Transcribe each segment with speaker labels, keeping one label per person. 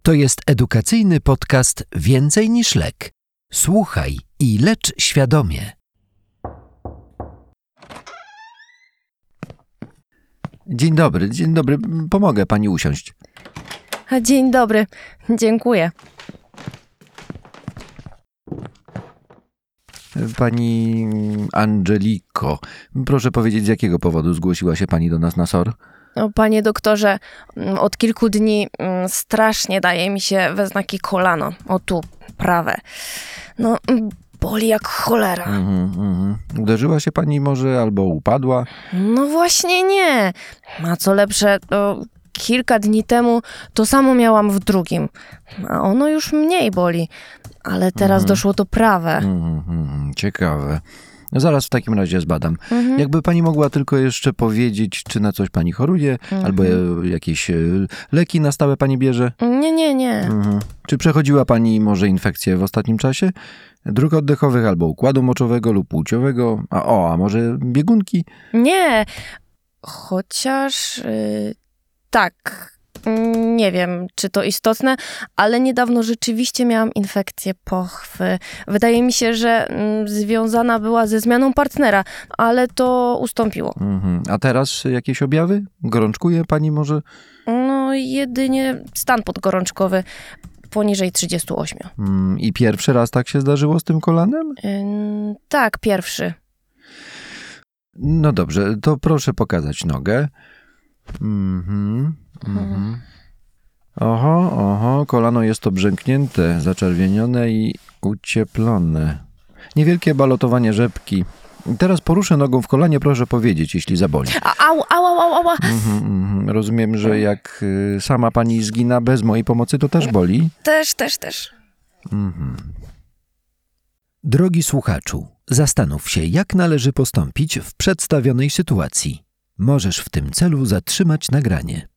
Speaker 1: To jest edukacyjny podcast Więcej niż lek. Słuchaj i lecz świadomie.
Speaker 2: Dzień dobry. Pomogę pani usiąść.
Speaker 3: Dzień dobry, dziękuję.
Speaker 2: Pani Angeliko, proszę powiedzieć, z jakiego powodu zgłosiła się pani do nas na SOR?
Speaker 3: Panie doktorze, od kilku dni strasznie daje mi się we znaki kolano. O tu, prawe. Boli jak cholera.
Speaker 2: Uderzyła się pani może albo upadła?
Speaker 3: No właśnie nie. A co lepsze, to kilka dni temu to samo miałam w drugim. A ono już mniej boli. Ale teraz doszło to prawe.
Speaker 2: Ciekawe. Zaraz w takim razie zbadam. Jakby pani mogła tylko jeszcze powiedzieć, czy na coś pani choruje, albo jakieś leki na stałe pani bierze?
Speaker 3: Nie.
Speaker 2: Czy przechodziła pani może infekcję w ostatnim czasie? Dróg oddechowych albo układu moczowego lub płciowego? A może biegunki?
Speaker 3: Nie. Chociaż tak. Nie wiem, czy to istotne, ale niedawno rzeczywiście miałam infekcję pochwy. Wydaje mi się, że związana była ze zmianą partnera, ale to ustąpiło.
Speaker 2: A teraz jakieś objawy? Gorączkuje pani może?
Speaker 3: No, jedynie stan podgorączkowy poniżej 38.
Speaker 2: I pierwszy raz tak się zdarzyło z tym kolanem?
Speaker 3: Tak, pierwszy.
Speaker 2: No dobrze, to proszę pokazać nogę. Oho, kolano jest obrzęknięte, zaczerwienione i ucieplone. Niewielkie balotowanie rzepki. Teraz poruszę nogą w kolanie, proszę powiedzieć, jeśli zaboli.
Speaker 3: Ała.
Speaker 2: Rozumiem, że jak sama pani zgina bez mojej pomocy, to też boli?
Speaker 3: Też.
Speaker 1: Drogi słuchaczu, zastanów się, jak należy postąpić w przedstawionej sytuacji. Możesz w tym celu zatrzymać nagranie.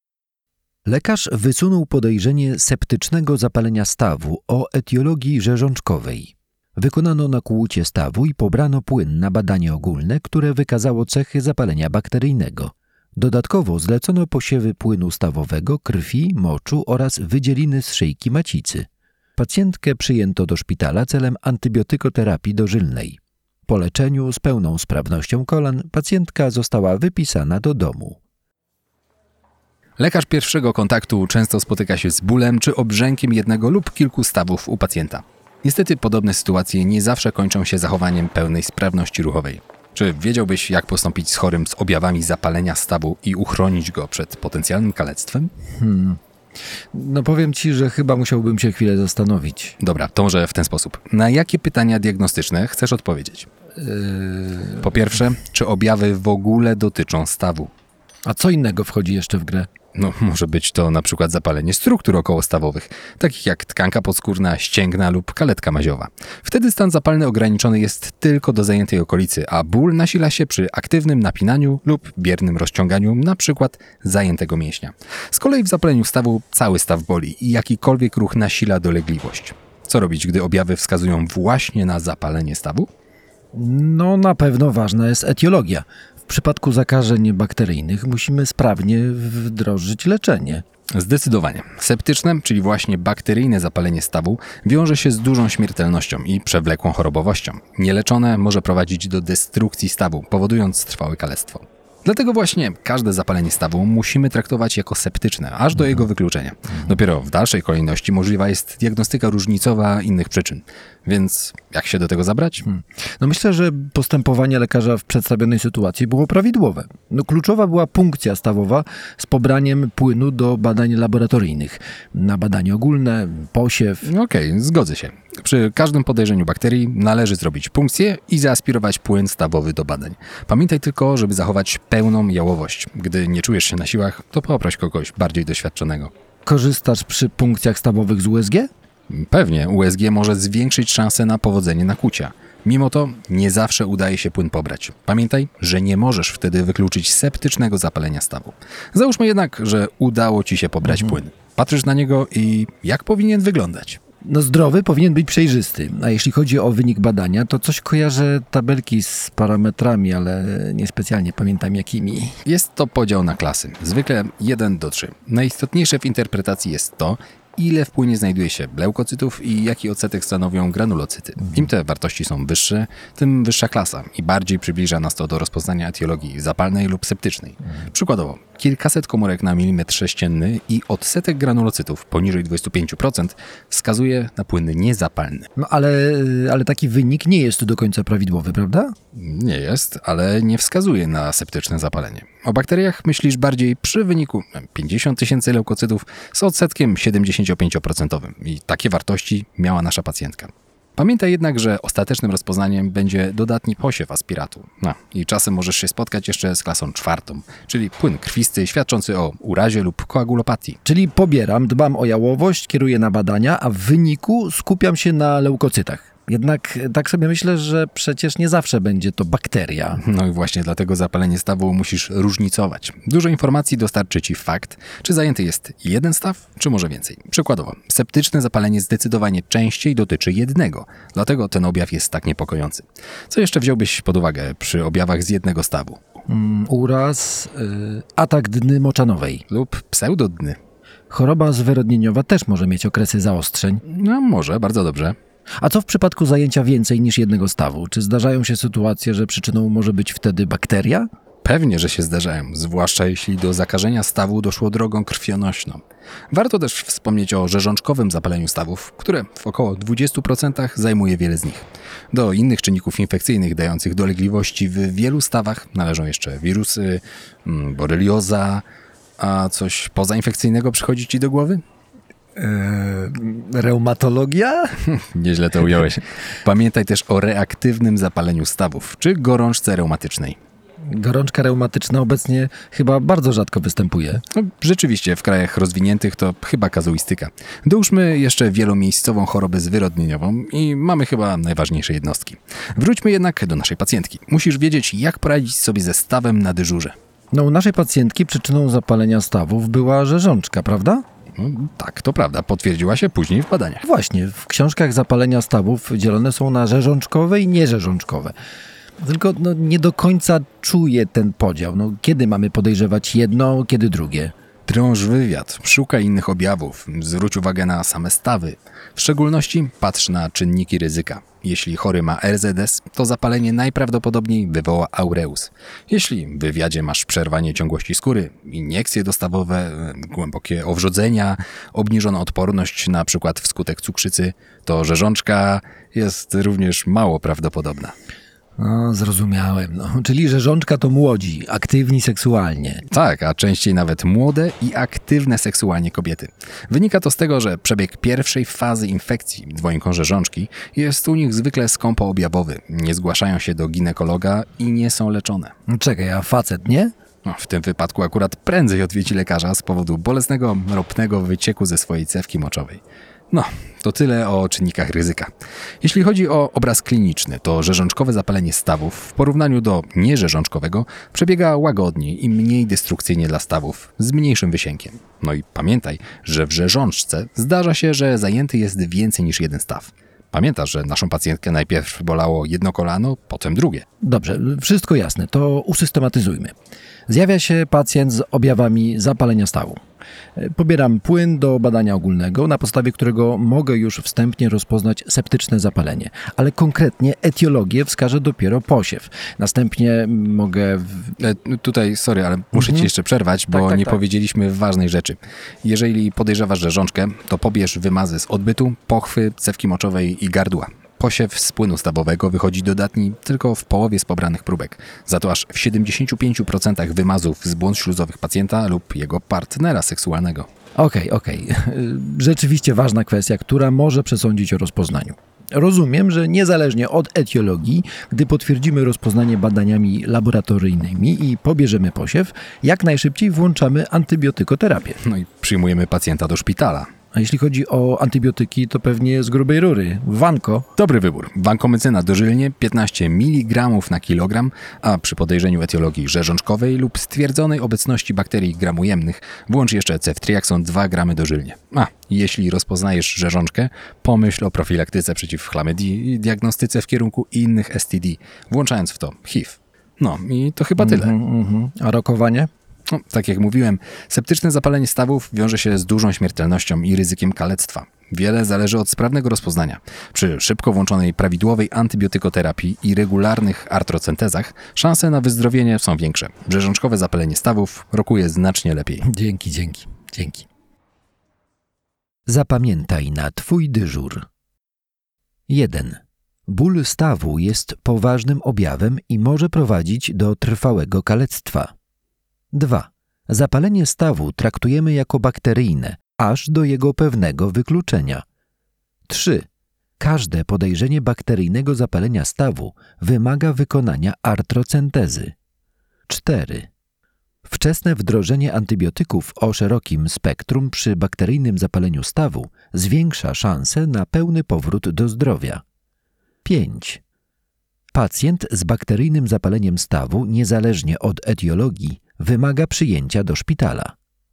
Speaker 1: Lekarz wysunął podejrzenie septycznego zapalenia stawu o etiologii rzeżączkowej. Wykonano nakłucie stawu i pobrano płyn na badanie ogólne, które wykazało cechy zapalenia bakteryjnego. Dodatkowo zlecono posiewy płynu stawowego, krwi, moczu oraz wydzieliny z szyjki macicy. Pacjentkę przyjęto do szpitala celem antybiotykoterapii dożylnej. Po leczeniu z pełną sprawnością kolan pacjentka została wypisana do domu.
Speaker 4: Lekarz pierwszego kontaktu często spotyka się z bólem czy obrzękiem jednego lub kilku stawów u pacjenta. Niestety podobne sytuacje nie zawsze kończą się zachowaniem pełnej sprawności ruchowej. Czy wiedziałbyś, jak postąpić z chorym z objawami zapalenia stawu i uchronić go przed potencjalnym kalectwem?
Speaker 2: No powiem ci, że chyba musiałbym się chwilę zastanowić.
Speaker 4: Dobra, to może w ten sposób. Na jakie pytania diagnostyczne chcesz odpowiedzieć? Po pierwsze, czy objawy w ogóle dotyczą stawu?
Speaker 2: A co innego wchodzi jeszcze w grę?
Speaker 4: Może być to na przykład zapalenie struktur okołostawowych, takich jak tkanka podskórna, ścięgna lub kaletka maziowa. Wtedy stan zapalny ograniczony jest tylko do zajętej okolicy, a ból nasila się przy aktywnym napinaniu lub biernym rozciąganiu, na przykład zajętego mięśnia. Z kolei w zapaleniu stawu cały staw boli i jakikolwiek ruch nasila dolegliwość. Co robić, gdy objawy wskazują właśnie na zapalenie stawu?
Speaker 2: No na pewno ważna jest etiologia. W przypadku zakażeń bakteryjnych musimy sprawnie wdrożyć leczenie.
Speaker 4: Zdecydowanie. Septyczne, czyli właśnie bakteryjne zapalenie stawu, wiąże się z dużą śmiertelnością i przewlekłą chorobowością. Nieleczone może prowadzić do destrukcji stawu, powodując trwałe kalectwo. Dlatego właśnie każde zapalenie stawu musimy traktować jako septyczne, aż do jego wykluczenia. Dopiero w dalszej kolejności możliwa jest diagnostyka różnicowa innych przyczyn. Więc jak się do tego zabrać?
Speaker 2: No myślę, że postępowanie lekarza w przedstawionej sytuacji było prawidłowe. Kluczowa była punkcja stawowa z pobraniem płynu do badań laboratoryjnych. Na badanie ogólne, posiew.
Speaker 4: Okej, zgodzę się. Przy każdym podejrzeniu bakterii należy zrobić punkcję i zaaspirować płyn stawowy do badań. Pamiętaj tylko, żeby zachować pełną jałowość. Gdy nie czujesz się na siłach, to poproś kogoś bardziej doświadczonego.
Speaker 2: Korzystasz przy punkcjach stawowych z USG?
Speaker 4: Pewnie, USG może zwiększyć szanse na powodzenie nakłucia. Mimo to nie zawsze udaje się płyn pobrać. Pamiętaj, że nie możesz wtedy wykluczyć septycznego zapalenia stawu. Załóżmy jednak, że udało ci się pobrać płyn. Patrzysz na niego i jak powinien wyglądać?
Speaker 2: Zdrowy powinien być przejrzysty, a jeśli chodzi o wynik badania, to coś kojarzę tabelki z parametrami, ale niespecjalnie pamiętam jakimi.
Speaker 4: Jest to podział na klasy, zwykle 1 do 3. Najistotniejsze w interpretacji jest to, ile w płynie znajduje się leukocytów i jaki odsetek stanowią granulocyty. Im te wartości są wyższe, tym wyższa klasa i bardziej przybliża nas to do rozpoznania etiologii zapalnej lub septycznej. Przykładowo, kilkaset komórek na milimetr sześcienny i odsetek granulocytów poniżej 25% wskazuje na płyn niezapalny.
Speaker 2: No ale taki wynik nie jest do końca prawidłowy, prawda?
Speaker 4: Nie jest, ale nie wskazuje na septyczne zapalenie. O bakteriach myślisz bardziej przy wyniku 50 000 leukocytów z odsetkiem 75% i takie wartości miała nasza pacjentka. Pamiętaj jednak, że ostatecznym rozpoznaniem będzie dodatni posiew aspiratu. No i czasem możesz się spotkać jeszcze z klasą 4, czyli płyn krwisty świadczący o urazie lub koagulopatii.
Speaker 2: Czyli pobieram, dbam o jałowość, kieruję na badania, a w wyniku skupiam się na leukocytach. Jednak tak sobie myślę, że przecież nie zawsze będzie to bakteria.
Speaker 4: No i właśnie dlatego zapalenie stawu musisz różnicować. Dużo informacji dostarczy ci fakt, czy zajęty jest jeden staw, czy może więcej. Przykładowo, septyczne zapalenie zdecydowanie częściej dotyczy jednego, dlatego ten objaw jest tak niepokojący. Co jeszcze wziąłbyś pod uwagę przy objawach z jednego stawu?
Speaker 2: Uraz, atak dny moczanowej.
Speaker 4: Lub pseudodny.
Speaker 2: Choroba zwyrodnieniowa też może mieć okresy zaostrzeń.
Speaker 4: No może, bardzo dobrze.
Speaker 2: A co w przypadku zajęcia więcej niż jednego stawu? Czy zdarzają się sytuacje, że przyczyną może być wtedy bakteria?
Speaker 4: Pewnie, że się zdarzają, zwłaszcza jeśli do zakażenia stawu doszło drogą krwionośną. Warto też wspomnieć o rzeżączkowym zapaleniu stawów, które w około 20% zajmuje wiele z nich. Do innych czynników infekcyjnych dających dolegliwości w wielu stawach należą jeszcze wirusy, borelioza, a coś pozainfekcyjnego przychodzi ci do głowy?
Speaker 2: Reumatologia?
Speaker 4: Nieźle to ująłeś. Pamiętaj też o reaktywnym zapaleniu stawów, czy gorączce reumatycznej.
Speaker 2: Gorączka reumatyczna obecnie chyba bardzo rzadko występuje.
Speaker 4: No, rzeczywiście, w krajach rozwiniętych to chyba kazuistyka. Dołóżmy jeszcze wielomiejscową chorobę zwyrodnieniową i mamy chyba najważniejsze jednostki. Wróćmy jednak do naszej pacjentki. Musisz wiedzieć, jak poradzić sobie ze stawem na dyżurze.
Speaker 2: No, u naszej pacjentki przyczyną zapalenia stawów była rzeżączka, prawda?
Speaker 4: No, tak, to prawda. Potwierdziła się później w badaniach.
Speaker 2: Właśnie, w książkach zapalenia stawów dzielone są na rzeżączkowe i nierzeżączkowe. Tylko nie do końca czuję ten podział. Kiedy mamy podejrzewać jedno, kiedy drugie?
Speaker 4: Drąż wywiad, szukaj innych objawów, zwróć uwagę na same stawy. W szczególności patrz na czynniki ryzyka. Jeśli chory ma RZS, to zapalenie najprawdopodobniej wywoła aureus. Jeśli w wywiadzie masz przerwanie ciągłości skóry, iniekcje dostawowe, głębokie owrzodzenia, obniżoną odporność na przykład wskutek cukrzycy, to rzeżączka jest również mało prawdopodobna.
Speaker 2: Zrozumiałem. Czyli rzeżączka to młodzi, aktywni seksualnie.
Speaker 4: Tak, a częściej nawet młode i aktywne seksualnie kobiety. Wynika to z tego, że przebieg pierwszej fazy infekcji dwojką rzeżączki jest u nich zwykle skąpoobjawowy. Nie zgłaszają się do ginekologa i nie są leczone.
Speaker 2: Czekaj, a facet nie?
Speaker 4: W tym wypadku akurat prędzej odwiedzi lekarza z powodu bolesnego, ropnego wycieku ze swojej cewki moczowej. To tyle o czynnikach ryzyka. Jeśli chodzi o obraz kliniczny, to rzeżączkowe zapalenie stawów w porównaniu do nierzeżączkowego przebiega łagodniej i mniej destrukcyjnie dla stawów, z mniejszym wysiękiem. No i pamiętaj, że w rzeżączce zdarza się, że zajęty jest więcej niż jeden staw. Pamiętasz, że naszą pacjentkę najpierw bolało jedno kolano, potem drugie.
Speaker 2: Dobrze, wszystko jasne, to usystematyzujmy. Zjawia się pacjent z objawami zapalenia stawu. Pobieram płyn do badania ogólnego, na podstawie którego mogę już wstępnie rozpoznać septyczne zapalenie, ale konkretnie etiologię wskaże dopiero posiew. Następnie mogę...
Speaker 4: Tutaj, sorry, ale muszę ci jeszcze przerwać, bo nie powiedzieliśmy ważnej rzeczy. Jeżeli podejrzewasz rzeżączkę, to pobierz wymazy z odbytu, pochwy, cewki moczowej i gardła. Posiew z płynu stawowego wychodzi dodatni tylko w połowie z pobranych próbek. Za to aż w 75% wymazów z błąd śluzowych pacjenta lub jego partnera seksualnego.
Speaker 2: Okej. Rzeczywiście ważna kwestia, która może przesądzić o rozpoznaniu. Rozumiem, że niezależnie od etiologii, gdy potwierdzimy rozpoznanie badaniami laboratoryjnymi i pobierzemy posiew, jak najszybciej włączamy antybiotykoterapię.
Speaker 4: No i przyjmujemy pacjenta do szpitala.
Speaker 2: A jeśli chodzi o antybiotyki, to pewnie z grubej rury. Wanko.
Speaker 4: Dobry wybór. Wankomycyna dożylnie 15 mg na kilogram, a przy podejrzeniu etiologii rzeżączkowej lub stwierdzonej obecności bakterii gramujemnych włącz jeszcze ceftriaxon 2 gramy dożylnie. Jeśli rozpoznajesz rzeżączkę, pomyśl o profilaktyce przeciw chlamydii i diagnostyce w kierunku innych STD, włączając w to HIV. I to chyba tyle.
Speaker 2: A rokowanie?
Speaker 4: No, tak jak mówiłem, septyczne zapalenie stawów wiąże się z dużą śmiertelnością i ryzykiem kalectwa. Wiele zależy od sprawnego rozpoznania. Przy szybko włączonej prawidłowej antybiotykoterapii i regularnych artrocentezach szanse na wyzdrowienie są większe. Brzeżączkowe zapalenie stawów rokuje znacznie lepiej.
Speaker 2: Dzięki.
Speaker 1: Zapamiętaj na Twój dyżur. 1. Ból stawu jest poważnym objawem i może prowadzić do trwałego kalectwa. 2. Zapalenie stawu traktujemy jako bakteryjne, aż do jego pewnego wykluczenia. 3. Każde podejrzenie bakteryjnego zapalenia stawu wymaga wykonania artrocentezy. 4. Wczesne wdrożenie antybiotyków o szerokim spektrum przy bakteryjnym zapaleniu stawu zwiększa szanse na pełny powrót do zdrowia. 5. Pacjent z bakteryjnym zapaleniem stawu, niezależnie od etiologii, wymaga przyjęcia do szpitala.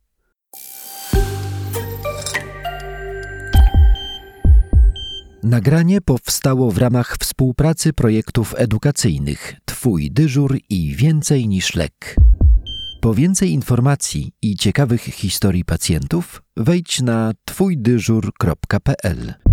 Speaker 1: Nagranie powstało w ramach współpracy projektów edukacyjnych Twój dyżur i Więcej niż lek. Po więcej informacji i ciekawych historii pacjentów wejdź na twójdyżur.pl.